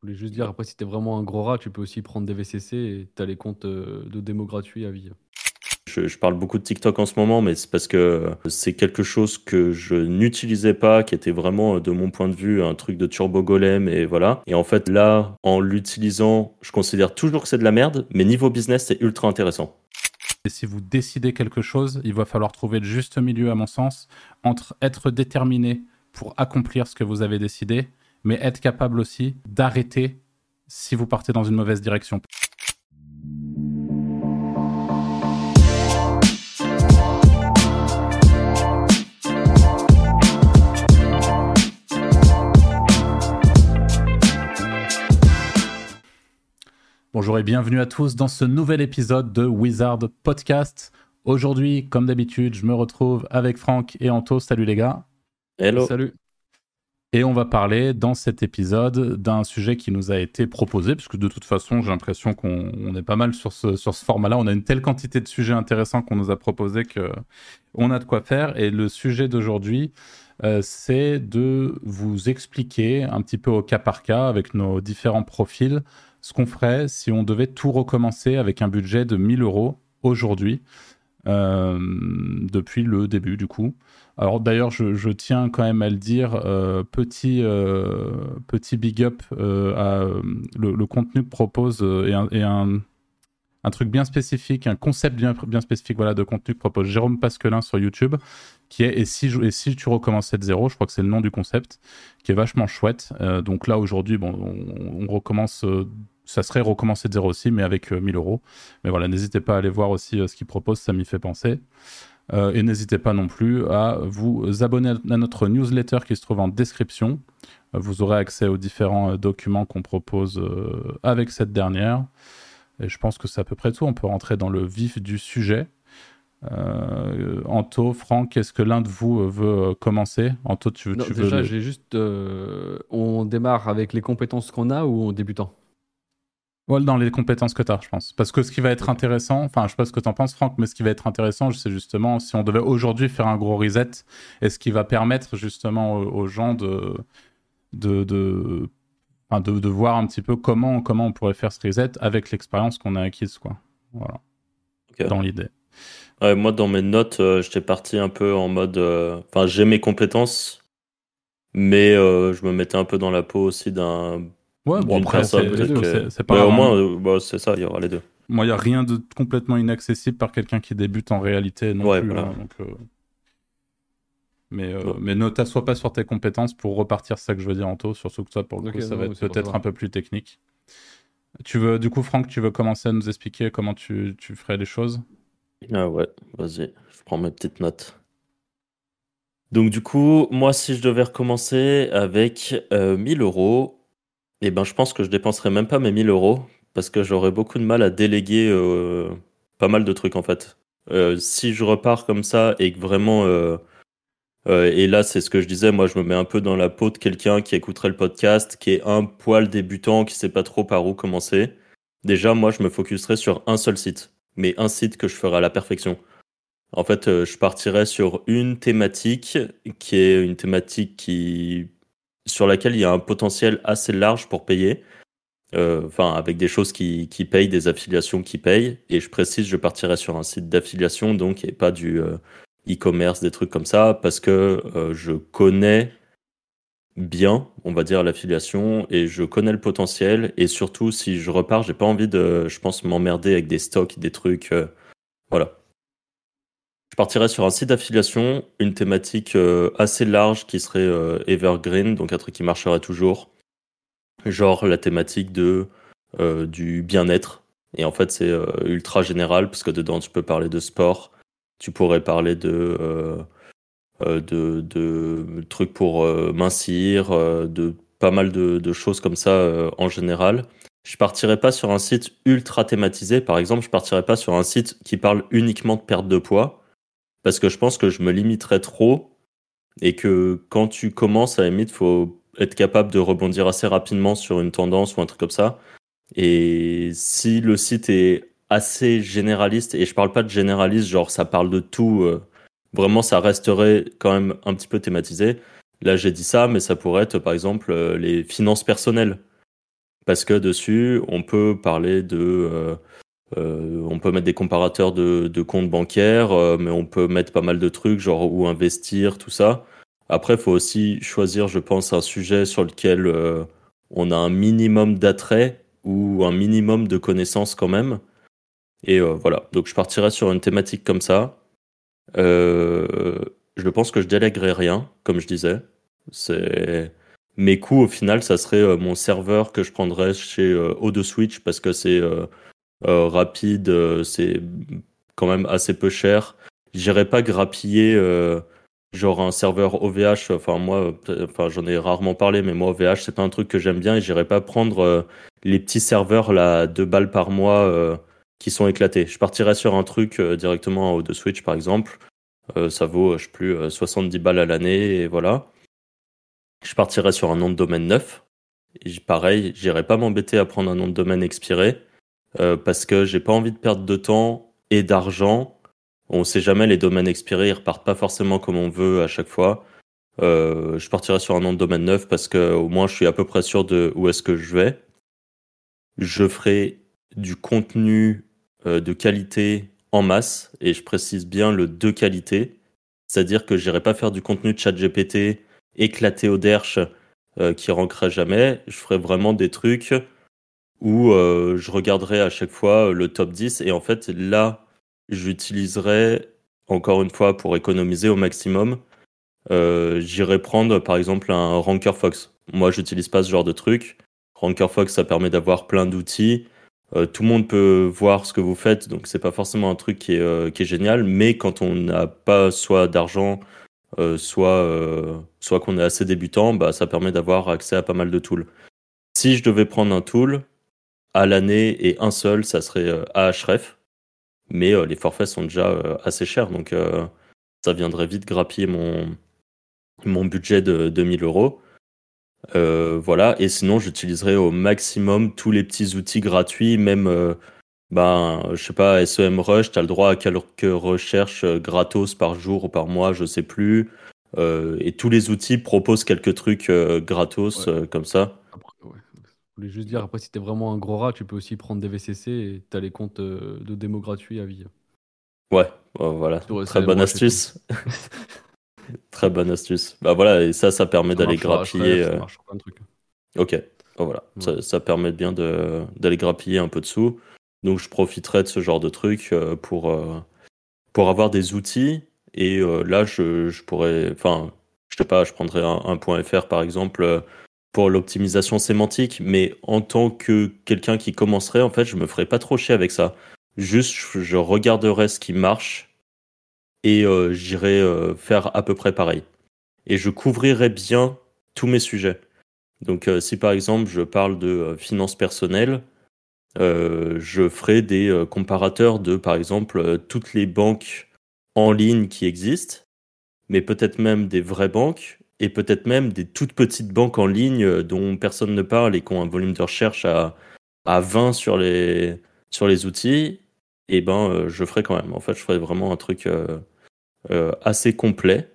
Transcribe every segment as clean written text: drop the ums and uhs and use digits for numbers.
voulais juste dire, après, si t'es vraiment un gros rat, tu peux aussi prendre des VCC et t'as les comptes de démo gratuits à vie. Je parle beaucoup de TikTok en ce moment, mais c'est parce que c'est quelque chose que je n'utilisais pas, qui était vraiment, de mon point de vue, un truc de turbo golem et voilà. Et en fait, là, en l'utilisant, je considère toujours que c'est de la merde, mais niveau business, c'est ultra intéressant. Et si vous décidez quelque chose, il va falloir trouver le juste milieu, à mon sens, entre être déterminé pour accomplir ce que vous avez décidé, mais être capable aussi d'arrêter si vous partez dans une mauvaise direction. Bonjour et bienvenue à tous dans ce nouvel épisode de Wizard Podcast. Aujourd'hui, comme d'habitude, je me retrouve avec Franck et Anto. Salut les gars. Hello. Salut. Et on va parler dans cet épisode d'un sujet qui nous a été proposé, puisque de toute façon, j'ai l'impression qu'on est pas mal sur ce format-là. On a une telle quantité de sujets intéressants qu'on nous a proposé qu'on a de quoi faire. Et le sujet d'aujourd'hui, c'est de vous expliquer un petit peu au cas par cas, avec nos différents profils, ce qu'on ferait si on devait tout recommencer avec un budget de 1 000 € aujourd'hui, depuis le début du coup. Alors d'ailleurs, je tiens quand même à le dire, petit big up à le contenu que propose et un truc bien spécifique, un concept bien spécifique de contenu que propose Jérôme Pasquelin sur YouTube, qui est et si tu recommençais de zéro, je crois que c'est le nom du concept, qui est vachement chouette. Donc là aujourd'hui, on recommence... ça serait recommencer de zéro aussi, mais avec 1 000 €. Mais voilà, n'hésitez pas à aller voir aussi ce qu'il propose, ça m'y fait penser. Et n'hésitez pas non plus à vous abonner à notre newsletter qui se trouve en description. Vous aurez accès aux différents documents qu'on propose avec cette dernière. Et je pense que c'est à peu près tout. On peut rentrer dans le vif du sujet. Anto, Franck, est-ce que l'un de vous veut commencer? Anto, tu veux... Déjà, j'ai juste... on démarre avec les compétences qu'on a ou en débutant? Ouais, dans les compétences que tu as, je pense. Parce que ce qui va être intéressant, enfin, je sais pas ce que tu en penses, Franck, mais ce qui va être intéressant, c'est justement si on devait aujourd'hui faire un gros reset, et ce qui va permettre justement aux gens de voir un petit peu comment on pourrait faire ce reset avec l'expérience qu'on a acquise, quoi. Voilà. Okay. Dans l'idée. Ouais, moi, dans mes notes, j'étais parti un peu en mode... Enfin, j'ai mes compétences, mais je me mettais un peu dans la peau aussi d'une personne. C'est pas grave. Au moins, c'est ça, il y aura les deux. Moi, il n'y a rien de complètement inaccessible par quelqu'un qui débute en réalité non plus. Voilà. Donc, mais ne t'assois pas sur tes compétences pour repartir, c'est ça que je veux dire, Anto. Surtout que toi, pour le coup, ça va être peut-être un peu plus technique. Du coup, Franck, tu veux commencer à nous expliquer comment tu ferais les choses? Ah ouais, vas-y, je prends mes petites notes. Donc du coup, moi, si je devais recommencer avec 1 000 €, eh ben, je pense que je dépenserais même pas mes 1 000 € parce que j'aurais beaucoup de mal à déléguer pas mal de trucs en fait. Si je repars comme ça et que vraiment... et là, c'est ce que je disais, moi, je me mets un peu dans la peau de quelqu'un qui écouterait le podcast, qui est un poil débutant, qui sait pas trop par où commencer. Déjà, moi, je me focuserais sur un seul site, mais un site que je ferai à la perfection. En fait, je partirais sur une thématique qui est une thématique sur laquelle il y a un potentiel assez large pour payer. Enfin, avec des choses qui payent, des affiliations qui payent. Et je précise, je partirais sur un site d'affiliation, donc, et pas du e-commerce, des trucs comme ça, parce que je connais bien, on va dire, l'affiliation, et je connais le potentiel. Et surtout, si je repars, j'ai pas envie de, je pense, m'emmerder avec des stocks, des trucs. Voilà. Je partirais sur un site d'affiliation, une thématique assez large qui serait evergreen, donc un truc qui marcherait toujours. Genre la thématique du bien-être. Et en fait, c'est ultra général, parce que dedans, tu peux parler de sport, tu pourrais parler de trucs pour mincir, de pas mal de choses comme ça en général. Je partirais pas sur un site ultra thématisé. Par exemple, je partirais pas sur un site qui parle uniquement de perte de poids, parce que je pense que je me limiterais trop et que quand tu commences, à la limite, faut être capable de rebondir assez rapidement sur une tendance ou un truc comme ça. Et si le site est assez généraliste, et je parle pas de généraliste, genre ça parle de tout, vraiment ça resterait quand même un petit peu thématisé. Là j'ai dit ça, mais ça pourrait être par exemple les finances personnelles. parce que dessus, on peut parler on peut mettre des comparateurs de comptes bancaires, mais on peut mettre pas mal de trucs, genre où investir, tout ça. Après, il faut aussi choisir, je pense, un sujet sur lequel on a un minimum d'attrait ou un minimum de connaissances quand même. Et voilà, donc je partirai sur une thématique comme ça. Euh, je pense que je délèguerai rien, comme je disais. C'est Mes coûts au final, ça serait mon serveur que je prendrais chez O2Switch parce que c'est rapide, c'est quand même assez peu cher. J'irai pas grappiller genre un serveur OVH. Enfin moi, enfin j'en ai rarement parlé, mais moi OVH c'est pas un truc que j'aime bien et j'irai pas prendre les petits serveurs là 2 balles par mois qui sont éclatés. Je partirais sur un truc directement en O2Switch par exemple. Ça vaut, je sais plus, 70 balles à l'année et voilà. Je partirais sur un nom de domaine neuf. Et pareil, j'irai pas m'embêter à prendre un nom de domaine expiré parce que j'ai pas envie de perdre de temps et d'argent. On sait jamais, les domaines expirés, ils repartent pas forcément comme on veut à chaque fois. Je partirai sur un nom de domaine neuf parce que au moins je suis à peu près sûr de où est-ce que je vais. Je ferai du contenu de qualité en masse et je précise bien le de qualité. C'est-à-dire que j'irai pas faire du contenu de ChatGPT éclaté au derche qui rankerait jamais. Je ferai vraiment des trucs où je regarderai à chaque fois le top 10 et en fait là j'utiliserai encore une fois pour économiser au maximum. J'irai prendre par exemple un Ranker Fox. Moi j'utilise pas ce genre de truc. Ranker Fox ça permet d'avoir plein d'outils. Tout le monde peut voir ce que vous faites, donc c'est pas forcément un truc qui est génial, mais quand on n'a pas soit d'argent, soit qu'on est assez débutant, bah ça permet d'avoir accès à pas mal de tools. Si je devais prendre un tool, à l'année et un seul, ça serait Ahref. Mais les forfaits sont déjà assez chers, donc ça viendrait vite grappiller mon budget de 2000 euros. Voilà, et sinon j'utiliserai au maximum tous les petits outils gratuits, même, je sais pas, SEMrush, tu as le droit à quelques recherches gratos par jour ou par mois, je sais plus. Et tous les outils proposent quelques trucs gratos Ouais. comme ça. Après, ouais. Je voulais juste dire, après, si t'es vraiment un gros rat, tu peux aussi prendre des VCC et t'as les comptes de démo gratuits à vie. Ouais, voilà, Sur très bonne SEMrush et tout. astuce. Très bonne astuce. Bah voilà, et ça permet Ça d'aller marche sur grappiller. Ahref, ça marche sur plein de trucs. Ok, oh, voilà, Ouais. ça permet bien d'aller grappiller un peu dessous. Donc je profiterai de ce genre de truc pour avoir des outils. Et là, je pourrais, enfin, je sais pas, je prendrais un point .fr par exemple pour l'optimisation sémantique. Mais en tant que quelqu'un qui commencerait, en fait, je me ferais pas trop chier avec ça. Juste, je regarderai ce qui marche et j'irai faire à peu près pareil. Et je couvrirai bien tous mes sujets. Donc, si par exemple je parle de finances personnelles, je ferai des comparateurs de, par exemple, toutes les banques en ligne qui existent, mais peut-être même des vraies banques, et peut-être même des toutes petites banques en ligne dont personne ne parle et qui ont un volume de recherche à 20 sur les outils. Et ben, je ferai quand même. En fait, je ferai vraiment un truc assez complet.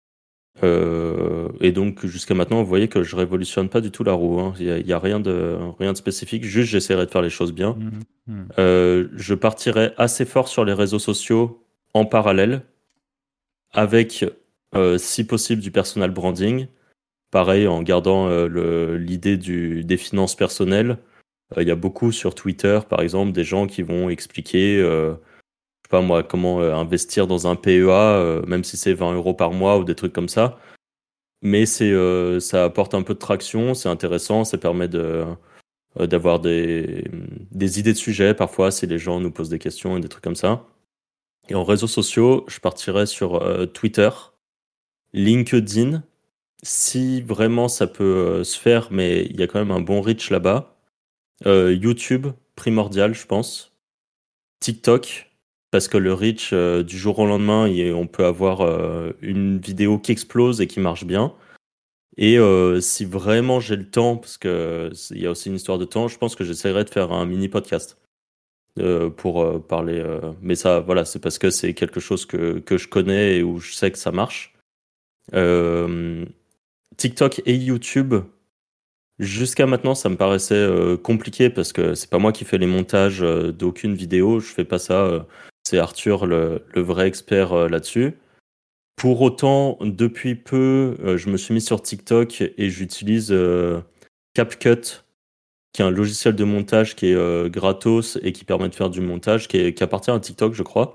Et donc jusqu'à maintenant, vous voyez que je révolutionne pas du tout la roue, hein. Il y a rien de spécifique. Juste, j'essaierai de faire les choses bien. Je partirai assez fort sur les réseaux sociaux en parallèle, avec, si possible, du personal branding. Pareil, en gardant l'idée des finances personnelles. Il y a beaucoup sur Twitter, par exemple, des gens qui vont expliquer, je sais pas moi, comment investir dans un PEA, même si c'est 20 euros par mois ou des trucs comme ça. Mais ça apporte un peu de traction, c'est intéressant, ça permet d'avoir des idées de sujets parfois si les gens nous posent des questions et des trucs comme ça. Et en réseaux sociaux, je partirais sur Twitter, LinkedIn, si vraiment ça peut se faire, mais il y a quand même un bon reach là-bas. YouTube, primordial, je pense. TikTok, parce que le reach du jour au lendemain, on peut avoir une vidéo qui explose et qui marche bien. Et si vraiment j'ai le temps, parce que il y a aussi une histoire de temps, je pense que j'essaierai de faire un mini podcast pour parler. Mais ça, voilà, c'est parce que c'est quelque chose que je connais et où je sais que ça marche. Euh, TikTok et YouTube, Jusqu'à maintenant, ça me paraissait compliqué parce que c'est pas moi qui fais les montages d'aucune vidéo. Je fais pas ça. C'est Arthur, le vrai expert là-dessus. Pour autant, depuis peu, je me suis mis sur TikTok et j'utilise CapCut, qui est un logiciel de montage qui est gratos et qui permet de faire du montage, qui appartient à TikTok, je crois.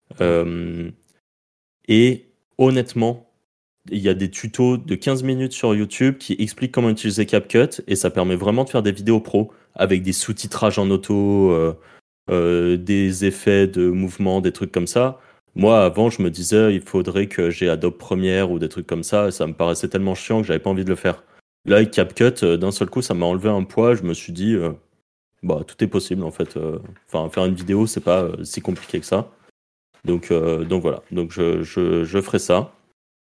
Et honnêtement, il y a des tutos de 15 minutes sur YouTube qui expliquent comment utiliser CapCut et ça permet vraiment de faire des vidéos pro avec des sous-titrages en auto, des effets de mouvement, des trucs comme ça. Moi, avant, je me disais, il faudrait que j'ai Adobe Premiere ou des trucs comme ça et ça me paraissait tellement chiant que j'avais pas envie de le faire. Là, avec CapCut, d'un seul coup, ça m'a enlevé un poids. Je me suis dit, bah, tout est possible en fait. Enfin, faire une vidéo, c'est pas si compliqué que ça. Donc voilà. Donc je ferai ça.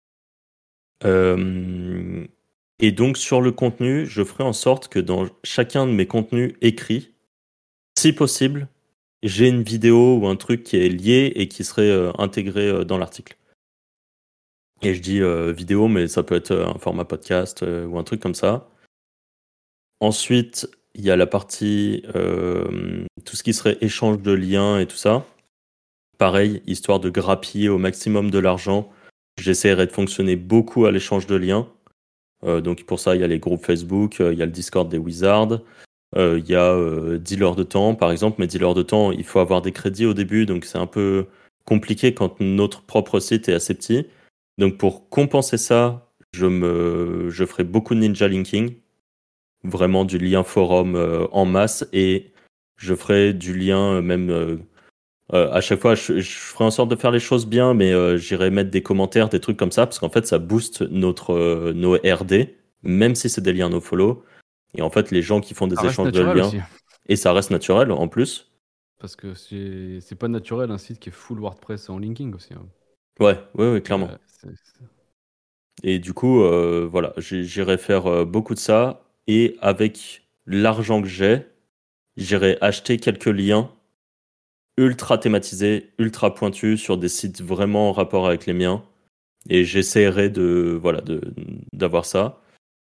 Et donc sur le contenu, je ferai en sorte que dans chacun de mes contenus écrits, si possible, j'ai une vidéo ou un truc qui est lié et qui serait intégré dans l'article. Et je dis vidéo, mais ça peut être un format podcast ou un truc comme ça. Ensuite, il y a la partie tout ce qui serait échange de liens et tout ça. Pareil, histoire de grappiller au maximum de l'argent, j'essaierai de fonctionner beaucoup à l'échange de liens. Donc pour ça, il y a les groupes Facebook, il y a le Discord des Wizards, il y a Dealer de temps, par exemple. Mais Dealer de temps, il faut avoir des crédits au début, donc c'est un peu compliqué quand notre propre site est assez petit. Donc pour compenser ça, je ferai beaucoup de ninja linking, vraiment du lien forum en masse, et je ferai du lien même... à chaque fois, je ferai en sorte de faire les choses bien, mais j'irai mettre des commentaires, des trucs comme ça, parce qu'en fait, ça booste nos RD, même si c'est des liens nofollow. Et en fait, les gens qui font des Ça reste échanges de naturel liens, aussi. et ça reste naturel en plus. Parce que c'est pas naturel un site qui est full WordPress en linking aussi. Hein. Ouais, clairement. Et du coup, voilà, j'irai faire beaucoup de ça. Et avec l'argent que j'irai acheter quelques liens ultra thématisés, ultra pointus sur des sites vraiment en rapport avec les miens. Et j'essaierai d'avoir ça.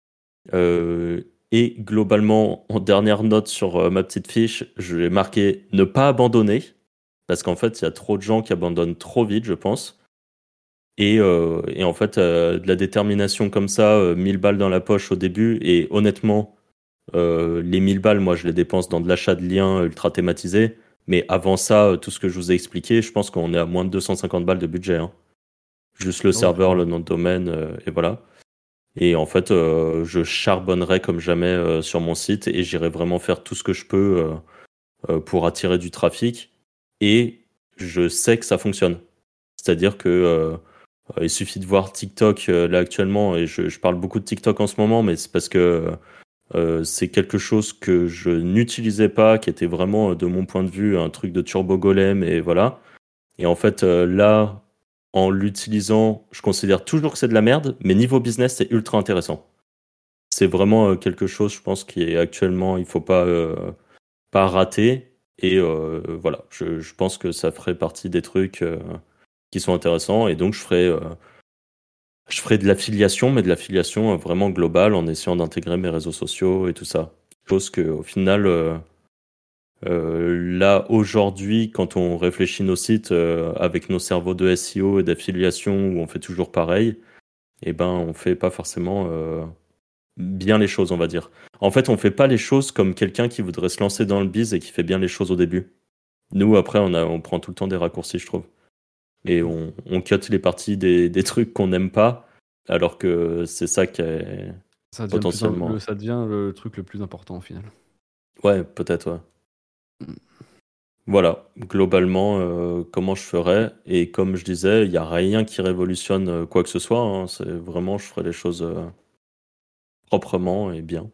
Et globalement, en dernière note sur ma petite fiche, je vais marquer ne pas abandonner. Parce qu'en fait, il y a trop de gens qui abandonnent trop vite, je pense. Et en fait, de la détermination comme ça, 1000 balles dans la poche au début. Et honnêtement, les 1000 balles, moi, je les dépense dans de l'achat de liens ultra thématisés. Mais avant ça, tout ce que je vous ai expliqué, je pense qu'on est à moins de 250 balles de budget. Hein. Juste le serveur, le nom de domaine, et voilà. Et en fait, je charbonnerai comme jamais sur mon site et j'irai vraiment faire tout ce que je peux pour attirer du trafic. Et je sais que ça fonctionne. C'est-à-dire que il suffit de voir TikTok là actuellement, et je parle beaucoup de TikTok en ce moment, mais c'est parce que c'est quelque chose que je n'utilisais pas, qui était vraiment, de mon point de vue, un truc de turbo golem, et voilà. Et en fait, là, en l'utilisant, je considère toujours que c'est de la merde, mais niveau business, c'est ultra intéressant. C'est vraiment quelque chose, je pense, qui est actuellement, il faut pas rater. Et voilà, je pense que ça ferait partie des trucs qui sont intéressants. Et donc, je ferai de l'affiliation, mais de l'affiliation vraiment globale en essayant d'intégrer mes réseaux sociaux et tout ça. Chose que, au final, là, aujourd'hui, quand on réfléchit nos sites avec nos cerveaux de SEO et d'affiliation, où on fait toujours pareil, eh ben, on fait pas forcément bien les choses, on va dire. En fait, on fait pas les choses comme quelqu'un qui voudrait se lancer dans le biz et qui fait bien les choses au début. Nous, après, on prend tout le temps des raccourcis, je trouve. Et on cut les parties des trucs qu'on n'aime pas, alors que c'est ça qui est Ça devient, potentiellement... ça devient le truc le plus important au final. Ouais, peut-être, ouais. Voilà, globalement, comment je ferais. Et comme je disais, il n'y a rien qui révolutionne quoi que ce soit. Hein. C'est vraiment, je ferai les choses proprement et bien.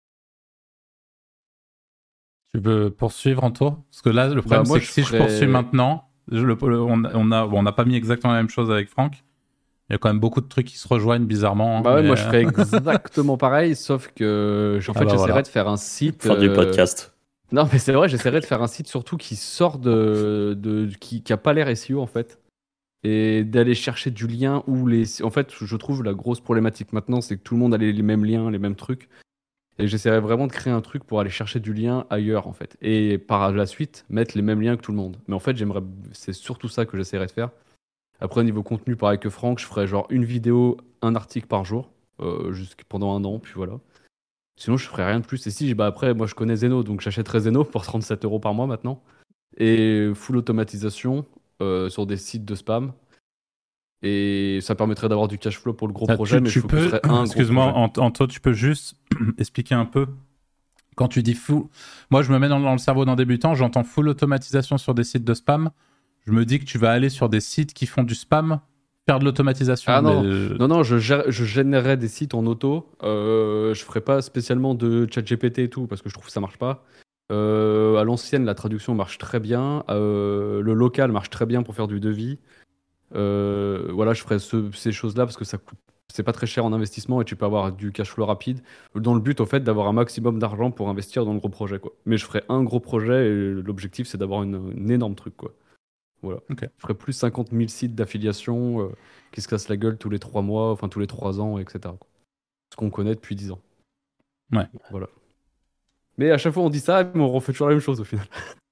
Tu veux poursuivre en tour? Parce que là, le problème, moi, c'est que si je poursuis maintenant, on n'a pas mis exactement la même chose avec Franck. Il y a quand même beaucoup de trucs qui se rejoignent bizarrement. Hein, Bah ouais, mais, moi je ferais exactement pareil, sauf que j'essaierais voilà. de faire un site. Fin du podcast. Non, mais c'est vrai, j'essaierais de faire un site surtout qui sort qui a pas l'air SEO en fait. Et d'aller chercher du lien où les. En fait, je trouve la grosse problématique maintenant, c'est que tout le monde a les mêmes liens, les mêmes trucs. Et j'essaierai vraiment de créer un truc pour aller chercher du lien ailleurs, en fait. Et par la suite, mettre les mêmes liens que tout le monde. Mais en fait, c'est surtout ça que j'essaierai de faire. Après, niveau contenu, pareil que Franck, je ferai genre une vidéo, un article par jour, pendant 1 an, puis voilà. Sinon, je ferai rien de plus. Et si, bah après, moi, je connais Zeno, donc j'achèterai Zeno pour 37 € par mois maintenant. Et full automatisation sur des sites de spam. Et ça permettrait d'avoir du cash flow pour le gros projet, mais je focuserai un gros excuse-moi, projet. Anto, tu peux juste expliquer un peu quand tu dis full. Moi, je me mets dans le cerveau d'un débutant, j'entends full automatisation sur des sites de spam. Je me dis que tu vas aller sur des sites qui font du spam, faire de l'automatisation. Ah non, non, je générerai des sites en auto. Je ferai pas spécialement de ChatGPT et tout, parce que je trouve que ça marche pas. À l'ancienne, la traduction marche très bien. Le local marche très bien pour faire du devis. Voilà, je ferai ces choses-là parce que c'est pas très cher en investissement et tu peux avoir du cash flow rapide. Dans le but, au fait, d'avoir un maximum d'argent pour investir dans le gros projet, quoi. Mais je ferai un gros projet et l'objectif, c'est d'avoir une énorme truc, quoi. Voilà. Ok. Je ferai plus 50 000 sites d'affiliation qui se cassent la gueule tous les 3 mois, enfin tous les 3 ans, etc., quoi. Ce qu'on connaît depuis 10 ans. Ouais. Voilà. Mais à chaque fois, on dit ça, mais on refait toujours la même chose au final.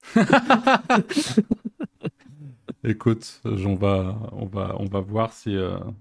Écoute, on va voir si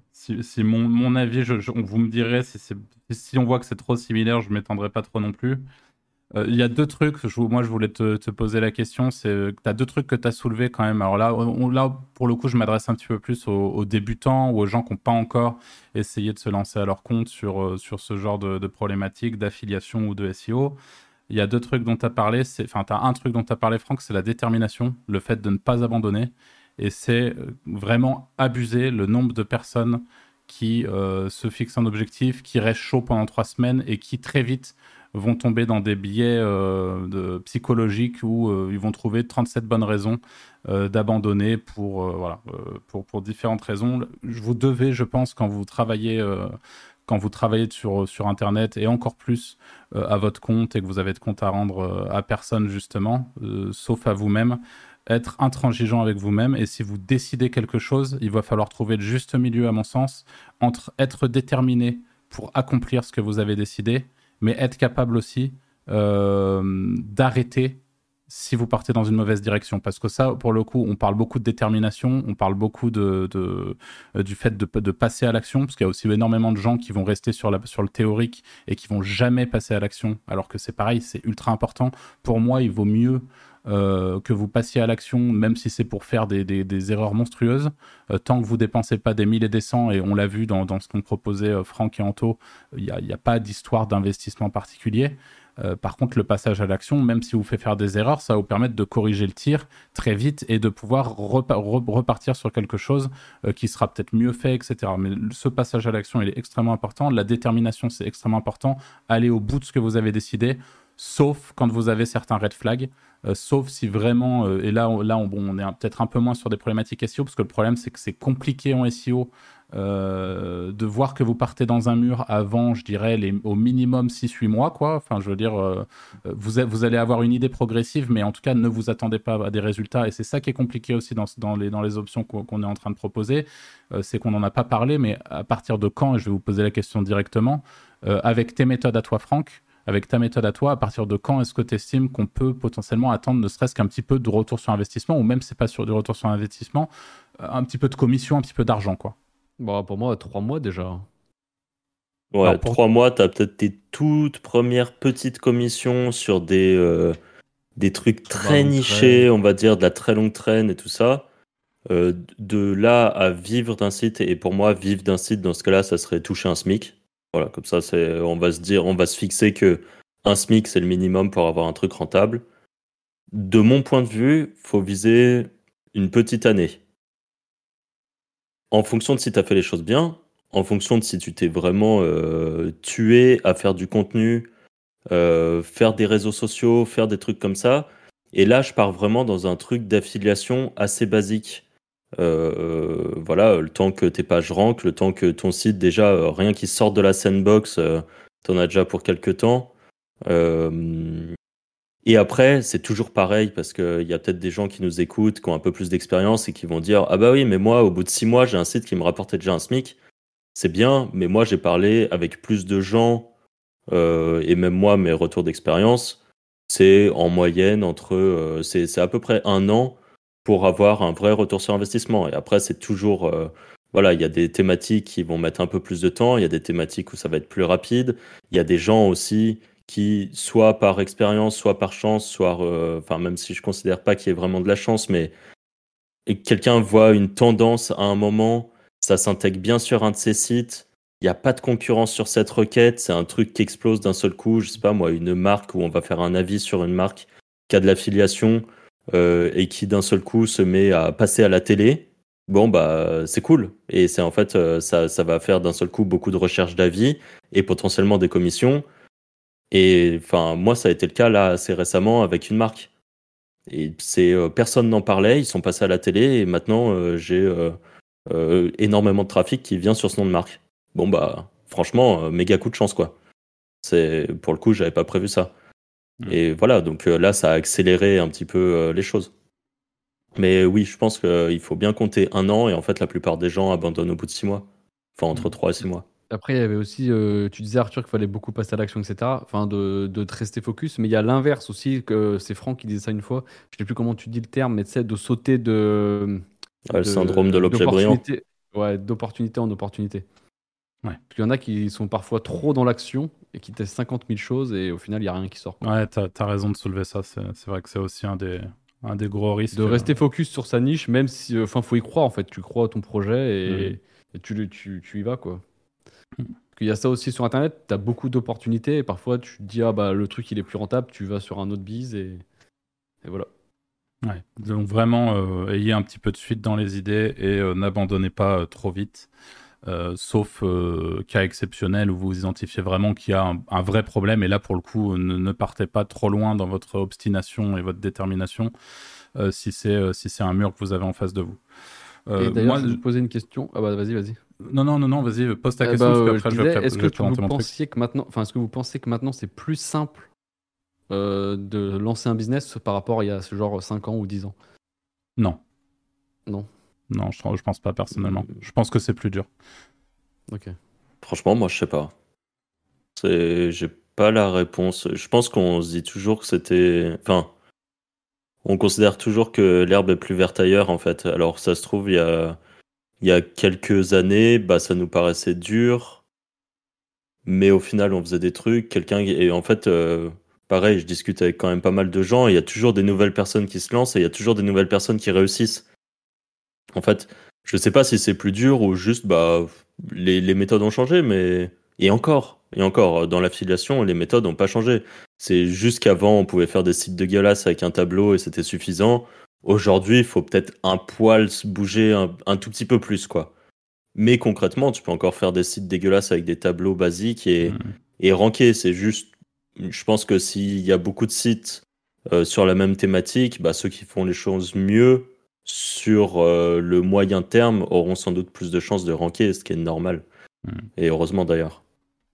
mon avis, vous me direz si on voit que c'est trop similaire, je m'étendrai pas trop non plus. Il y a 2 trucs, moi je voulais te poser la question, c'est que tu as 2 trucs que tu as soulevés quand même. Alors là, pour le coup, je m'adresse un petit peu plus aux débutants ou aux gens qui n'ont pas encore essayé de se lancer à leur compte sur ce genre de problématiques d'affiliation ou de SEO. Il y a 2 trucs dont tu as parlé, tu as un truc dont tu as parlé, Franck, c'est la détermination, le fait de ne pas abandonner. Et c'est vraiment abuser le nombre de personnes qui se fixent un objectif, qui restent chauds pendant 3 semaines et qui très vite vont tomber dans des biais psychologiques où ils vont trouver 37 bonnes raisons d'abandonner pour différentes raisons. Vous devez, je pense, quand vous travaillez sur Internet et encore plus à votre compte et que vous avez de compte à rendre à personne justement, sauf à vous-même, être intransigeant avec vous-même. Et si vous décidez quelque chose, il va falloir trouver le juste milieu, à mon sens, entre être déterminé pour accomplir ce que vous avez décidé, mais être capable aussi d'arrêter si vous partez dans une mauvaise direction. Parce que ça, pour le coup, on parle beaucoup de détermination, on parle beaucoup du fait de passer à l'action, parce qu'il y a aussi énormément de gens qui vont rester sur le théorique et qui vont jamais passer à l'action, alors que c'est pareil, c'est ultra important. Pour moi, il vaut mieux que vous passiez à l'action, même si c'est pour faire des erreurs monstrueuses, tant que vous dépensez pas des 1000 et des 100, et on l'a vu dans ce qu'ont proposé Franck et Anto, il n'y a pas d'histoire d'investissement particulier. Par contre, le passage à l'action, même si vous fait faire des erreurs, ça va vous permettre de corriger le tir très vite et de pouvoir repartir sur quelque chose qui sera peut-être mieux fait, etc. Mais ce passage à l'action, il est extrêmement important. La détermination, c'est extrêmement important. Aller au bout de ce que vous avez décidé, sauf quand vous avez certains red flags, sauf si vraiment, et là on est peut-être un peu moins sur des problématiques SEO, parce que le problème, c'est que c'est compliqué en SEO de voir que vous partez dans un mur avant, je dirais, au minimum 6-8 mois, quoi. Enfin, je veux dire, vous allez avoir une idée progressive, mais en tout cas, ne vous attendez pas à des résultats. Et c'est ça qui est compliqué aussi dans les options qu'on est en train de proposer. C'est qu'on n'en a pas parlé, mais à partir de quand, et je vais vous poser la question directement, avec tes méthodes à toi, Franck, avec ta méthode à toi, à partir de quand est-ce que tu estimes qu'on peut potentiellement attendre ne serait-ce qu'un petit peu de retour sur investissement, ou même c'est pas sur du retour sur investissement, un petit peu de commission, un petit peu d'argent, quoi. Bon, pour moi, 3 mois déjà. Ouais, Alors, 3 mois, tu as peut-être tes toutes premières petites commissions sur des trucs très nichés, on va dire, de la très longue traîne et tout ça. De là à vivre d'un site, et pour moi, vivre d'un site, dans ce cas-là, ça serait toucher un SMIC. Voilà, comme ça, on va se fixer que un SMIC, c'est le minimum pour avoir un truc rentable. De mon point de vue, faut viser une petite année. En fonction de si tu as fait les choses bien, en fonction de si tu t'es vraiment tué à faire du contenu, faire des réseaux sociaux, faire des trucs comme ça. Et là, je pars vraiment dans un truc d'affiliation assez basique. Voilà, le temps que tes pages rankent, le temps que ton site, déjà, rien qui sorte de la sandbox, t'en as déjà pour quelques temps. Et après, c'est toujours pareil, parce qu'il y a peut-être des gens qui nous écoutent, qui ont un peu plus d'expérience et qui vont dire « Ah bah oui, mais moi, au bout de 6 mois, j'ai un site qui me rapportait déjà un SMIC. C'est bien, mais moi, j'ai parlé avec plus de gens et même moi, mes retours d'expérience, c'est en moyenne c'est à peu près 1 an pour avoir un vrai retour sur investissement. Et après, c'est toujours, voilà, il y a des thématiques qui vont mettre un peu plus de temps, il y a des thématiques où ça va être plus rapide, il y a des gens aussi qui, soit par expérience, soit par chance, enfin, même si je considère pas qu'il y ait vraiment de la chance, mais et que quelqu'un voit une tendance à un moment, ça s'intègre bien sur un de ses sites, il n'y a pas de concurrence sur cette requête, c'est un truc qui explose d'un seul coup, je sais pas moi, une marque où on va faire un avis sur une marque qui a de l'affiliation et qui d'un seul coup se met à passer à la télé. Bon bah c'est cool et c'est en fait ça va faire d'un seul coup beaucoup de recherches d'avis et potentiellement des commissions et enfin moi ça a été le cas là assez récemment avec une marque. Et personne n'en parlait, ils sont passés à la télé et maintenant j'ai énormément de trafic qui vient sur ce nom de marque. Bon bah franchement, méga coup de chance quoi. Pour le coup, j'avais pas prévu ça. Et voilà, donc là ça a accéléré un petit peu les choses. Mais oui, je pense qu'il faut bien compter 1 an et en fait la plupart des gens abandonnent au bout de 6 mois. Enfin entre 3 et 6 mois. Après, il y avait aussi, tu disais Arthur qu'il fallait beaucoup passer à l'action, etc. Enfin, de te rester focus. Mais il y a l'inverse aussi, que c'est Franck qui disait ça une fois. Je sais plus comment tu dis le terme, mais tu sais, de sauter Le syndrome de l'objet brillant. d'opportunité, ouais, d'opportunité en opportunité. Ouais. Parce qu'il y en a qui sont parfois trop dans l'action et qui testent 50 000 choses et au final, il n'y a rien qui sort, quoi. Ouais, t'as raison de soulever ça. C'est vrai que c'est aussi un des gros risques. De rester focus sur sa niche, même si. Enfin, faut y croire en fait. Tu crois à ton projet et tu y vas, quoi. Parce qu'il y a ça aussi sur Internet, tu as beaucoup d'opportunités et parfois tu te dis, ah bah le truc il est plus rentable, tu vas sur un autre bise et voilà. Ouais. Donc vraiment, ayez un petit peu de suite dans les idées et n'abandonnez pas trop vite. Sauf cas exceptionnel où vous identifiez vraiment qu'il y a un vrai problème. Et là, pour le coup, ne partez pas trop loin dans votre obstination et votre détermination si c'est un mur que vous avez en face de vous. Et d'ailleurs, je vais vous poser une question. Ah bah vas-y. Non, vas-y, pose ta question parce qu'après je est-ce vais que présenter vous mon truc. pensiez que maintenant, enfin, est-ce que vous pensez que maintenant c'est plus simple de lancer un business par rapport à il y a ce genre 5 ans ou 10 ans? Non. Non. Non, je pense pas personnellement. Je pense que c'est plus dur. Ok. Franchement, moi je sais pas. J'ai pas la réponse. Je pense qu'on se dit toujours que c'était. Enfin, on considère toujours que l'herbe est plus verte ailleurs, en fait. Alors, ça se trouve, il y a quelques années, bah, ça nous paraissait dur, mais au final, on faisait des trucs. Et en fait, pareil, je discute avec quand même pas mal de gens, et il y a toujours des nouvelles personnes qui se lancent, et il y a toujours des nouvelles personnes qui réussissent. En fait, je sais pas si c'est plus dur ou juste, bah, les méthodes ont changé, mais. Et encore, dans l'affiliation, les méthodes n'ont pas changé. C'est juste qu'avant, on pouvait faire des sites dégueulasses avec un tableau et c'était suffisant. Aujourd'hui, il faut peut-être un poil se bouger un tout petit peu plus, quoi. Mais concrètement, tu peux encore faire des sites dégueulasses avec des tableaux basiques et ranker. C'est juste, je pense que s'il y a beaucoup de sites sur la même thématique, bah, ceux qui font les choses mieux sur le moyen terme auront sans doute plus de chances de ranker, ce qui est normal. Et heureusement d'ailleurs.